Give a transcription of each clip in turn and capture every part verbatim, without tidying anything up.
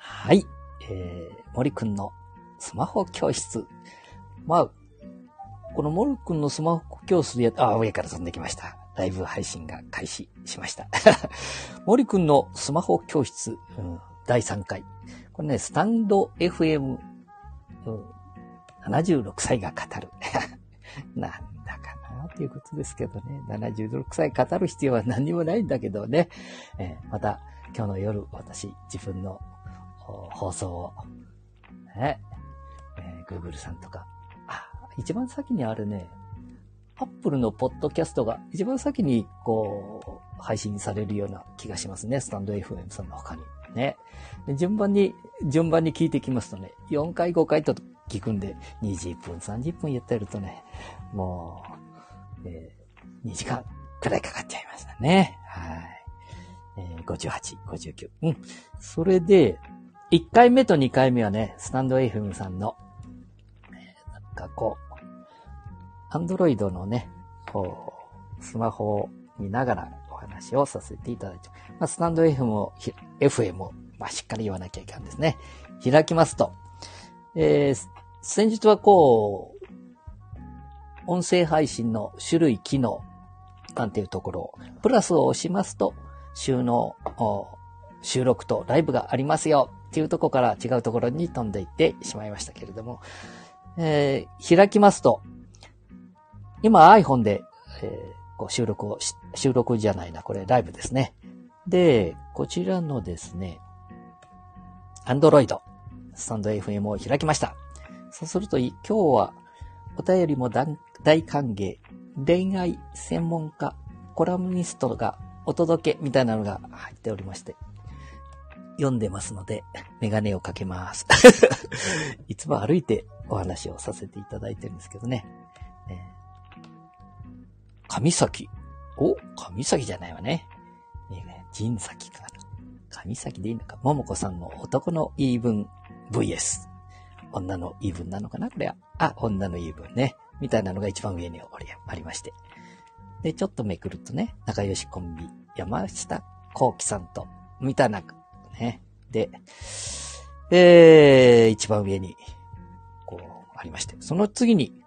はい。えー、森くんのスマホ教室。まあ、この森くんのスマホ教室でやっ、あ、上から飛んできました。ライブ配信が開始しました。森くんのスマホ教室、うん、だいさんかい。これね、スタンド エフエム、うん、ななじゅうろくさいが語る。なんだかなということですけどね。ななじゅうろくさい語る必要は何にもないんだけどね。えー、また今日の夜私自分の放送を、ねえー、Google さんとか、あ、一番先にあるね、Apple のポッドキャストが一番先にこう配信されるような気がしますね。スタンド エフエム さんの他にね。で順番に順番に聞いてきますとね、よんかいごかいと聞くんでにじゅっぷんさんじゅっぷんやってるとね、もう、えー、にじかんくらいかかっちゃいましたね。はい。えー、ごじゅうはち、ごじゅうきゅう。うん。それでいっかいめとにかいめはね、スタンド エフエム さんの、えー、なんかこう、アンドロイドのね、こう、スマホを見ながらお話をさせていただいて、まあ、スタンド エフエム を、エフエム を、まあ、しっかり言わなきゃいけないんですね。開きますと、えー、先日はこう、音声配信の種類、機能、なんていうところを、プラスを押しますと、収納、収録とライブがありますよっていうところから違うところに飛んでいってしまいましたけれども、えー、開きますと、今 iPhone で、えー、こう収録をし、収録じゃないな、これライブですね。で、こちらのですね、Android、スタンド エフエム を開きました。そうすると、今日はお便りも大歓迎、恋愛専門家、コラムニストがお届けみたいなのが入っておりまして、読んでますので、メガネをかけます。いつも歩いてお話をさせていただいてるんですけどね。えー神崎。お神崎じゃないわね。ね神崎かな。神崎でいいのか。ももこさんの男の言い分 ブイエス。女の言い分なのかなこれは。あ、女の言い分ね。みたいなのが一番上にありまして。で、ちょっとめくるとね、仲良しコンビ、山下幸喜さんと、みたいな、ね。で、えー、一番上に、こう、ありまして。その次に、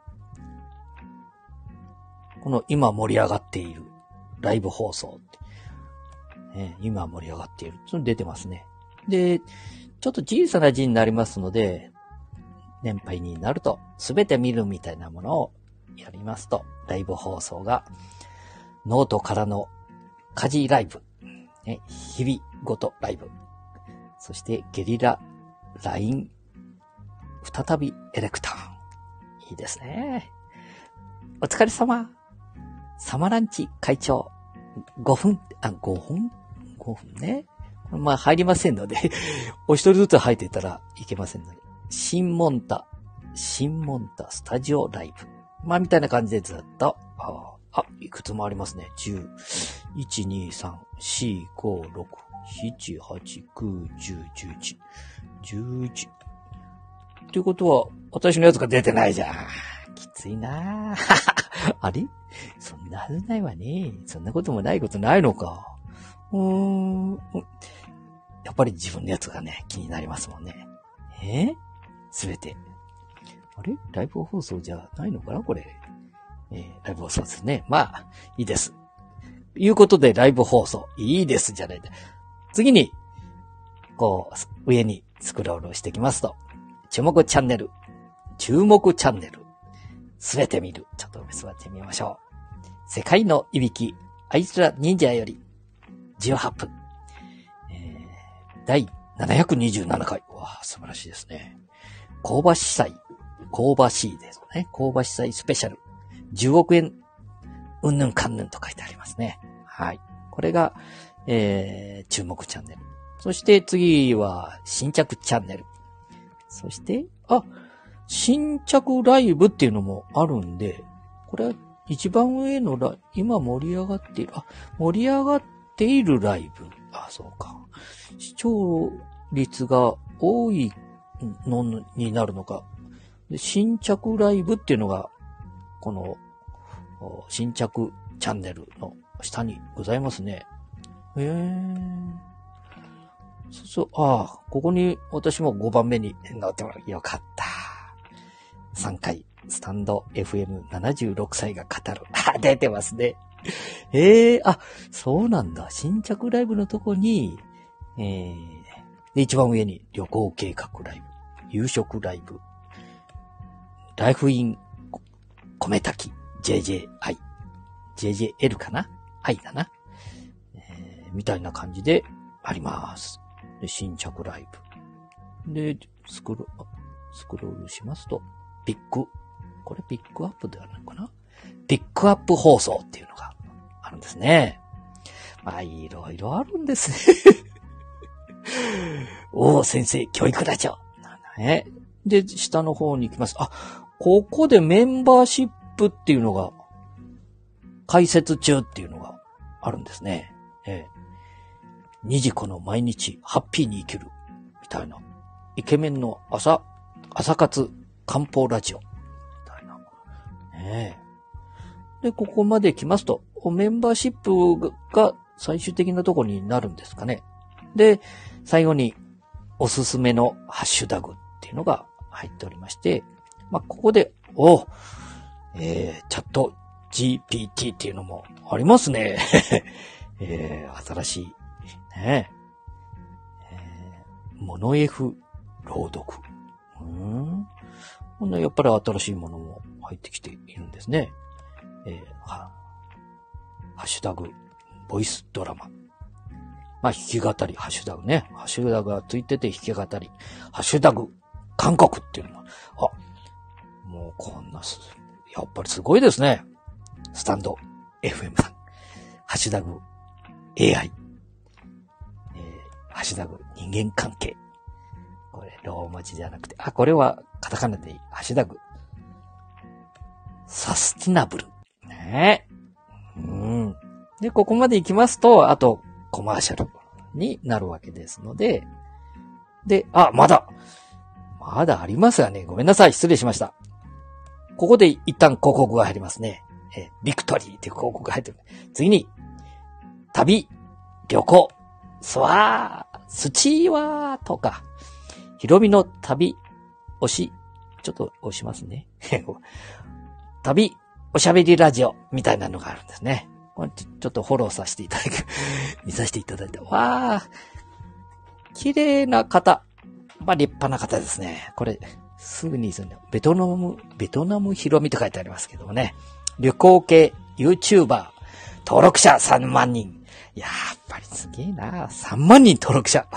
この今盛り上がっているライブ放送って、ね、今盛り上がっている。それ出てますね。で、ちょっと小さな字になりますので、年配になると全て見るみたいなものをやりますと、ライブ放送がノートからの家事ライブ、ね、日々ごとライブ、そしてゲリラ ライン、再びエレクターン。いいですね。お疲れ様。サマランチ会長、ごふん、あ、ごふん ?ご 分ね。まあ入りませんので、お一人ずつ入っていたらいけませんので。新モンタ、新モンタスタジオライブ。まあみたいな感じでずっと、あ、あいくつもありますね。じゅう、いち、に、さん、よん、ご、ろく、なな、はち、きゅう、じゅう、じゅういち、じゅういち。ということは、私のやつが出てないじゃん。きついなぁ。あれそんなはずないわね。そんなこともないことないのか。うーん。やっぱり自分のやつがね、気になりますもんね。えすべて。あれライブ放送じゃないのかなこれ。えー、ライブ放送ですね。まあ、いいです。いうことで、ライブ放送。いいですじゃない。次に、こう、上にスクロールしていきますと、注目チャンネル。注目チャンネル。すべて見る。ちょっと座ってみましょう。世界のいびき、あいつら忍者よりじゅうはっぷん。えー、だいななひゃくにじゅうななかい。わあ、素晴らしいですね。香ばし祭。香ばしいですね。香ばし祭スペシャル。じゅうおくえん、うんぬんかんぬんと書いてありますね。はい。これが、えー、注目チャンネル。そして次は、新着チャンネル。そして、あ、新着ライブっていうのもあるんで、これは一番上のラ、今盛り上がっている、あ、盛り上がっているライブ。あ、そうか。視聴率が多いのになるのか。で新着ライブっていうのが、この、新着チャンネルの下にございますね。へー。 そうそう、ああ、ここに私もごばんめに乗ってもらう。よかった。さんかい、スタンド エフエムななじゅうろく 歳が語る。あ、出てますね。ええー、あ、そうなんだ。新着ライブのとこに、えー、で、一番上に旅行計画ライブ、夕食ライブ、ライフイン米炊き ジェイジェイアイ、ジェイジェイエル かな？愛だな、えー。みたいな感じであります。で、新着ライブ。で、スクロ、スクロールしますと、ピック、これピックアップではないかな？ピックアップ放送っていうのがあるんですね。まあ、いろいろあるんですね。おー、先生、教育ラジオ。なんだね。で、下の方に行きます。あ、ここでメンバーシップっていうのが、解説中っていうのがあるんですね。ええ。にじこの毎日、ハッピーに生きる。みたいな。イケメンの朝、朝活漢方ラジオ。みたいな。ねえ。で、ここまで来ますと、メンバーシップが最終的なところになるんですかね。で、最後におすすめのハッシュタグっていうのが入っておりまして、まあ、ここで、お、えー、チャット ジーピーティー っていうのもありますね。えー、新しい、ねえー、モノエフ朗読。うーん。こんなやっぱり新しいものも入ってきているんですね。えー、はハッシュタグ、ボイスドラマ。まあ、弾き語り、ハッシュタグね。ハッシュタグがついてて弾き語り。ハッシュタグ、韓国っていうのも。あ、もうこんなす、やっぱりすごいですね。スタンド エフエム さん。ハッシュタグ、エーアイ。えー、ハッシュタグ、人間関係。これ、ローマ字じゃなくて、あ、これはカタカナでいい。ハッシュタグ、サスティナブル。ねえ。うん。で、ここまで行きますと、あと、コマーシャルになるわけですので、で、あ、まだ、まだありますよね。ごめんなさい。失礼しました。ここで一旦広告が入りますね。え、ビクトリーっていう広告が入ってる。次に、旅、旅行、スワー、スチーワーとか、ヒロミの旅、押し、ちょっと押しますね。旅、おしゃべりラジオみたいなのがあるんですね。これちょっとフォローさせていただく、見させていただいて、わー、綺麗な方。まあ、立派な方ですね。これ、すぐにするんだ。ベトナム、ベトナムヒロミと書いてありますけどもね。旅行系 YouTuber、登録者さんまんにん。やっぱりすげえな。さんまんにん登録者。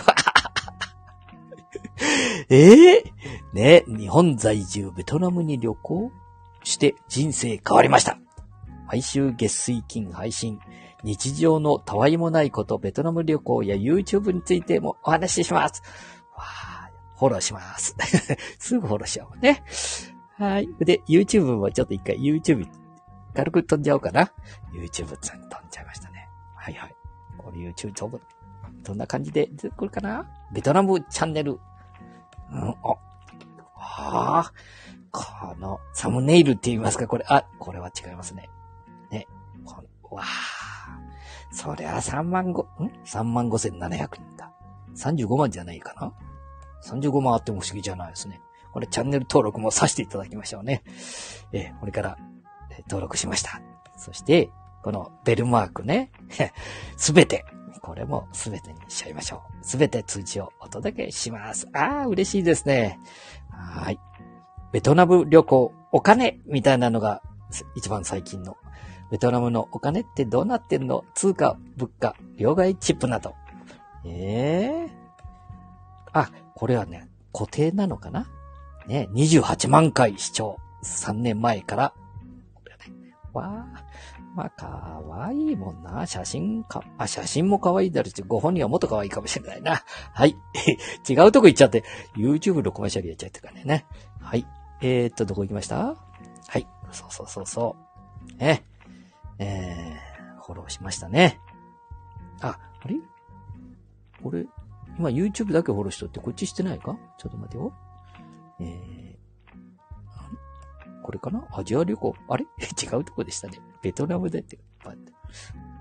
ええー、ね、日本在住ベトナムに旅行して人生変わりました。毎週月水金配信。日常のたわいもないこと、ベトナム旅行や YouTube についてもお話しします。わあ、フォローします。すぐフォローしようね。はい。で、YouTube もちょっと一回 YouTube 軽く飛んじゃおうかな。YouTube さん飛んじゃいましたね。はいはい。これ YouTube 飛ぶ。どんな感じで出てくるかな？ベトナムチャンネル。うん、あ、ああ、このサムネイルって言いますか、これ、あ、これは違いますね。ね。このわあ、そりゃさんまんご、ん ?さんまんごせんななひゃくにんだ。さんじゅうごまんじゃないかな ?さんじゅうごまんあっても不思議じゃないですね。これチャンネル登録もさせていただきましょうね。えー、これから登録しました。そして、このベルマークね。すべて。これもすべてにしちゃいましょう。すべて通知をお届けします。ああ、嬉しいですね。はい。ベトナム旅行、お金みたいなのが一番最近の。ベトナムのお金ってどうなってんの？通貨、物価、両替チップなど。ええー。あ、これはね、固定なのかな？ね、にじゅうはちまんかい視聴。さんねんまえから。わあ、まあ、かわいいもんな。写真か、あ、写真もかわいいだろうし、ご本人はもっとかわいいかもしれないな。はい。違うとこ行っちゃって、YouTube のコマーシャルやっちゃってからね。はい。えーっと、どこ行きました？はい。そうそうそうそう。ね。えー、フォローしましたね。あ、あれこれ、今 YouTube だけフォローしとってこっちしてないか？ちょっと待てよ。えー、これかな？アジア旅行。あれ違うとこでしたね。ベトナムでって。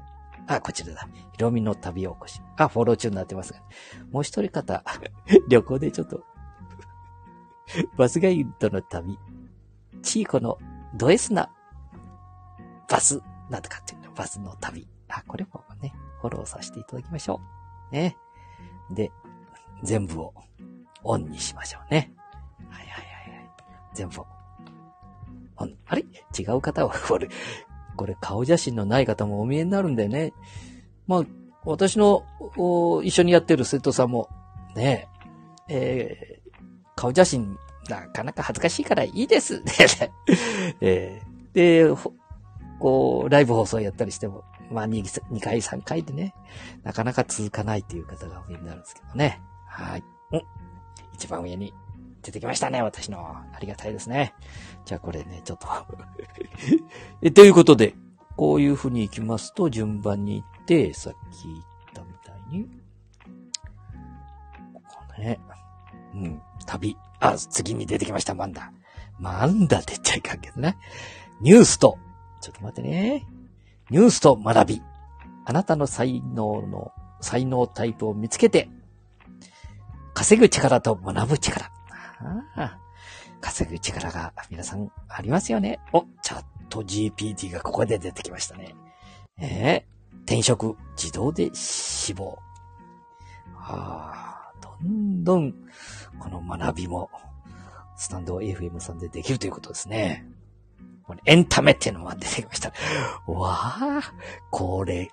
あ、こちらだ。ひろみの旅おこし。あ、フォロー中になってますが。もう一人方、旅行でちょっと、バスガイドの旅。チーコのド S なバス、なんとかっていうの、バスの旅。あ、これもね、フォローさせていただきましょう。ね。で、全部をオンにしましょうね。はいはいはいはい。全部をオン。あれ違う方は、これ、これ顔写真のない方もお見えになるんだよね。まあ、私の一緒にやってる生徒さんも、ね、えー、顔写真なかなか恥ずかしいからいいです。えー、で、こう、ライブ放送やったりしても、まあに、にかいさんかいでね、なかなか続かないっていう方がお見えになるんですけどね。はい。うん。一番上に出てきましたね、私の。ありがたいですね。じゃあこれね、ちょっとえ。ということで、こういう風に行きますと、順番に行って、さっき言ったみたいに、ここね、うん、旅。あ、次に出てきました、マンダ。マンダって言っちゃいかんけどね。ニュースと、ちょっと待ってね。ニュースと学び。あなたの才能の、才能タイプを見つけて、稼ぐ力と学ぶ力。ああ、稼ぐ力が皆さんありますよね。お、チャット ジーピーティー がここで出てきましたね。えー、転職、自動で死亡。ああ、どんどん、この学びも、スタンド エフエム さんでできるということですね。これエンタメっていうのが出てきました。わあ、これ、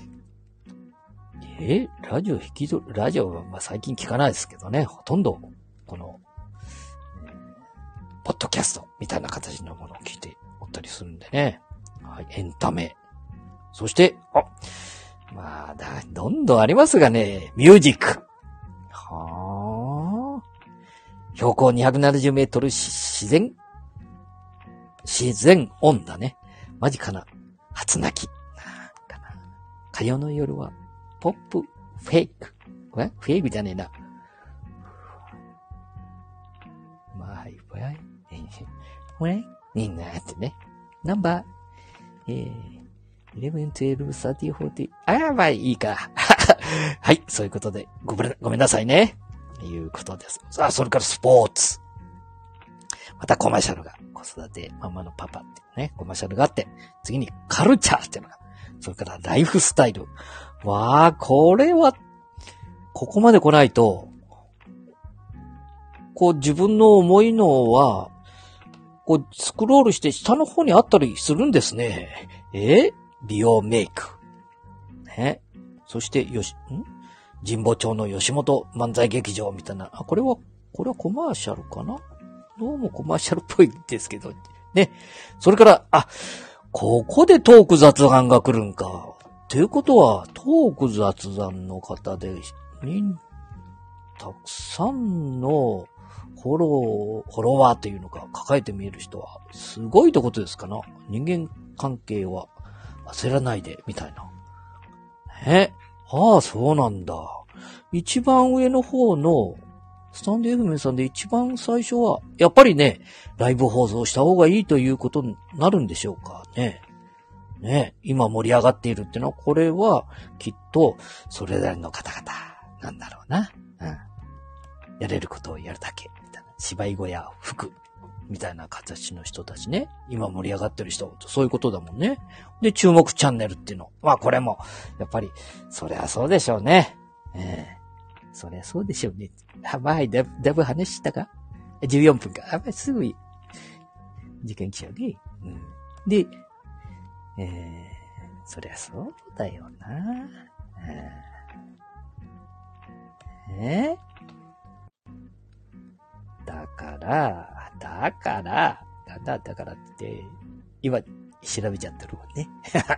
え、ラジオ引き取る、ラジオはまあ最近聞かないですけどね、ほとんど、この、えー、ポッドキャストみたいな形のものを聞いておったりするんでね。はい、エンタメ。そして、あ、まあだ、どんどんありますがね、ミュージック。はあ。標高にひゃくななじゅうメートル自然、自然音だね。マジかな。初泣き。かな。火曜の夜は、ポップ、フェイク。えフェイクじゃねえな。まあ、いっぱい。これになってね。ナンバー、えー、じゅういち、じゅうに、さんじゅう、よんじゅう。ああ、まあいいか。はい、そういうことで、ごめん、ごめんなさいね。ということです。さあ、それからスポーツ。またコマーシャルが、子育てママのパパっていうね、コマーシャルがあって、次にカルチャーっていうのが、それからライフスタイル。わあ、これは、ここまで来ないと、こう自分の思いのは、こうスクロールして下の方にあったりするんですね。え美容メイク。ね。そして、よし、ん神保町の吉本漫才劇場みたいな。あ、これは、これはコマーシャルかな？どうもコマーシャルっぽいですけど。ね。それから、あ、ここでトーク雑談が来るんか。ということは、トーク雑談の方で、たくさんのフォロー、フォロワーというのか、抱えて見える人は、すごいってことですかな。人間関係は焦らないで、みたいな。ね。ああ、そうなんだ。一番上の方の、スタンド エフエム さんで一番最初は、やっぱりね、ライブ放送した方がいいということになるんでしょうかね。ね、今盛り上がっているってのは、これは、きっと、それぞれの方々、なんだろうな。うん。やれることをやるだけ、みたいな。芝居小屋、服、みたいな形の人たちね。今盛り上がってる人、そういうことだもんね。で、注目チャンネルっていうの。まあ、これも、やっぱり、そりゃそうでしょうね。ええー、そりゃそうでしょうね。あ、まあ、だいぶ、だいぶ話したか ?じゅうよん 分か。あ、まあ、すぐ、時間来ちゃうね。うん。で、ええー、そりゃそうだよな。えー、だから、だから、なんだ、だからって、今、調べちゃってるもんね。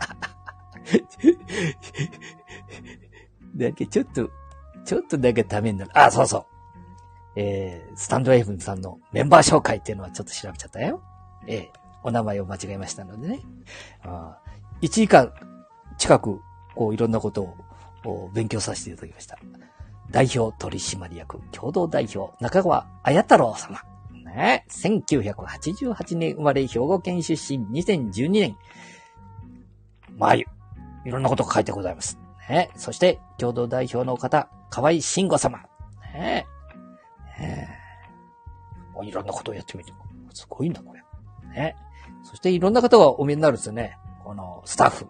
だけちょっと、ちょっとだけためになる。あ、そうそう。えー、スタンド エフエム さんのメンバー紹介っていうのはちょっと調べちゃったよ。えー、お名前を間違えましたのでね。あいちじかん近く、こう、いろんなことを勉強させていただきました。代表取締役共同代表中川綾太郎様。ね、せんきゅうひゃくはちじゅうはちねん生まれ兵庫県出身にせんじゅうにねん。まゆ。 いろんなことが書いてございます。ね、そして、共同代表の方、河合慎吾様。ねねいろんなことをやってみて。すごいんだ、これ。ね。そして、いろんな方がお見えになるんですよね。この、スタッフ。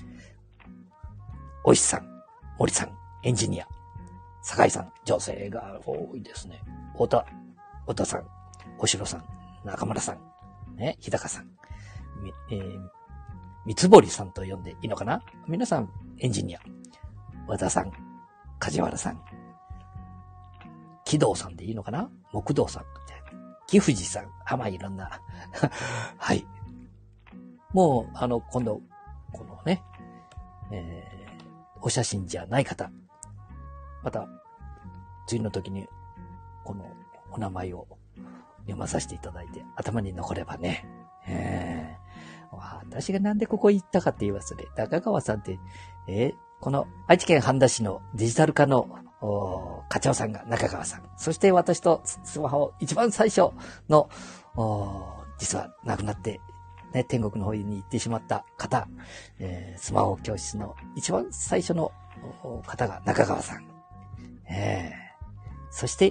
おいしさん、森さん、エンジニア。酒井さん、女性が多いですね。太田、太田さん、おしろさん、中村さん、ね、日高さん、み、えー、三つ堀さんと呼んでいいのかな？皆さん、エンジニア。和田さん、梶原さん、木道さんでいいのかな？木道さん。木藤さん。あ、まあ、いろんな。はい。もう、あの、今度、このね、えー、お写真じゃない方。また、次の時に、このお名前を読まさせていただいて、頭に残ればね。えー、私がなんでここ行ったかって言いますね。中川さんって、えー、この愛知県半田市のデジタル化の課長さんが中川さん。そして私とスマホを一番最初の、実は亡くなって、ね、天国の方に行ってしまった方、えー、スマホ教室の一番最初の方が中川さん。えー、そして、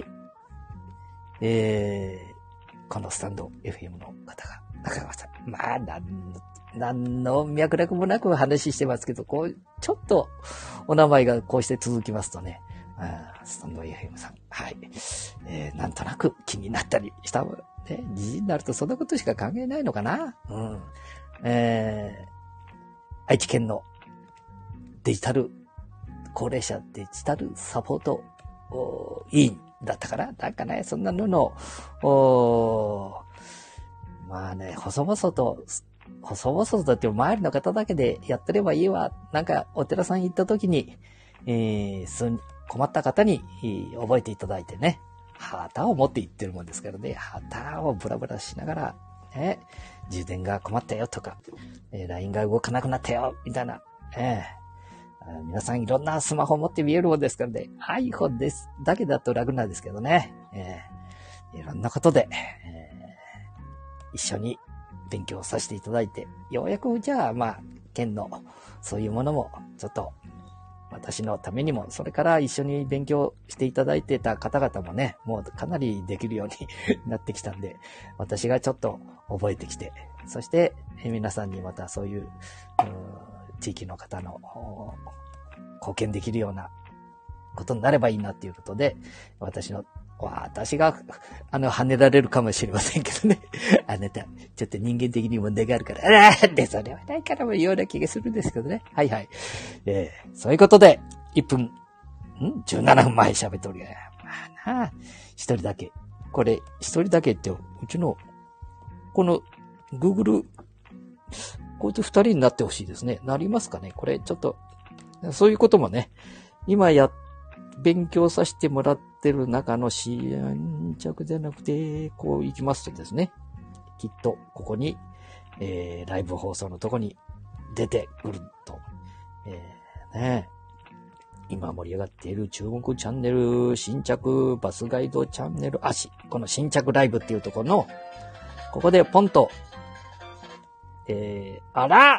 えー、このスタンド エフエム の方が中川さん。まあ、なん、なんの脈絡もなく話してますけど、こう、ちょっとお名前がこうして続きますとね、あスタンド エフエム さん。はい。えー、なんとなく気になったりした。ね、じじになるとそんなことしか考えないのかな。うん。えー、愛知県のデジタル、高齢者デジタルサポート委員だったかな。なんかね、そんなのの、おまあね、細々と、細々とって周りの方だけでやってればいいわ。なんかお寺さん行った時に、えー、困った方に覚えていただいてね、旗を持って行ってるもんですからね、旗をブラブラしながら、ね、充電が困ったよとか、えー、ライン が動かなくなったよ、みたいな、えー、皆さんいろんなスマホを持って見えるもんですからね、iPhone です。だけだと楽なんですけどね、えー、いろんなことで、えー、一緒に勉強させていただいて、ようやくじゃあ、まあ、県のそういうものもちょっと私のためにも、それから一緒に勉強していただいてた方々もね、もうかなりできるようになってきたんで、私がちょっと覚えてきて、そして皆さんにまたそういう、う地域の方の貢献できるようなことになればいいなっていうことで、私の私が、あの、跳ねられるかもしれませんけどね。あなた、ちょっと人間的に問題があるから、あらで、それはないからもような気がするんですけどね。はいはい。えー、そういうことで、いっぷん、ん ?じゅうなな 分前喋っております。まあなあ、一人だけ。これ、一人だけって、うちの、この、Google、こうやって二人になってほしいですね。なりますかねこれ、ちょっと、そういうこともね、今や、勉強させてもらってる中の新着じゃなくて、こう行きますとですね、きっとここに、えー、ライブ放送のとこに出てくると、えー、ね、今盛り上がっている中国チャンネル、新着バスガイドチャンネル、足、この新着ライブっていうところの、ここでポンと、えー、あら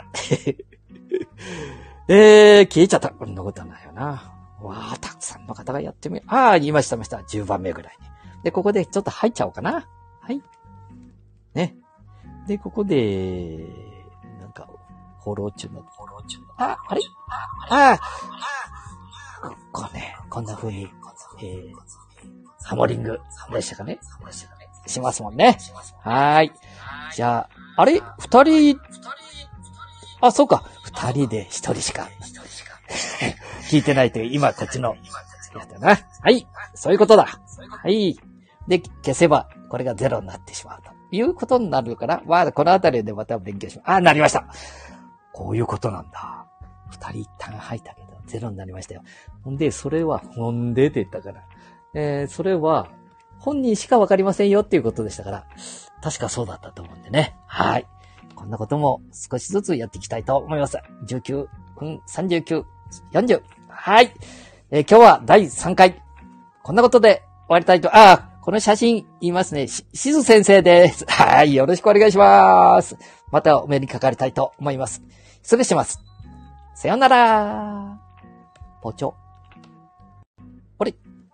えー、消えちゃった。こんなことはないよな。わあ、たくさんの方がやってみ、ああ、言いました、ました。じゅうばんめぐらいに。で、ここでちょっと入っちゃおうかな。はい。ね。で、ここで、なんか、フォロー中の、フォロー中の、あ、あれああ、こうね、こんな風に、えー、ハモリングでしたかねしますもんね。はーい。じゃあ、あれ二人、あ、そうか。二人で一人しか。聞いてないという、今こっちの、やったな。はい。そういうことだ。はい。で、消せば、これがゼロになってしまうということになるから、まあ、このあたりでまた勉強します。あ、なりました。こういうことなんだ。二人一旦入ったけど、ゼロになりましたよ。ほんで、それは、ほんでって言ったから。えー、それは、本人しかわかりませんよっていうことでしたから、確かそうだったと思うんでね。はい。こんなことも少しずつやっていきたいと思います。じゅうきゅうふんさんじゅうきゅう、よんじゅう。はい。えー、今日はだいさんかい。こんなことで終わりたいと、ああ、この写真言いますね。し、しず先生です。はい。よろしくお願いします。またお目にかかりたいと思います。失礼します。 さよなら。ポチョ。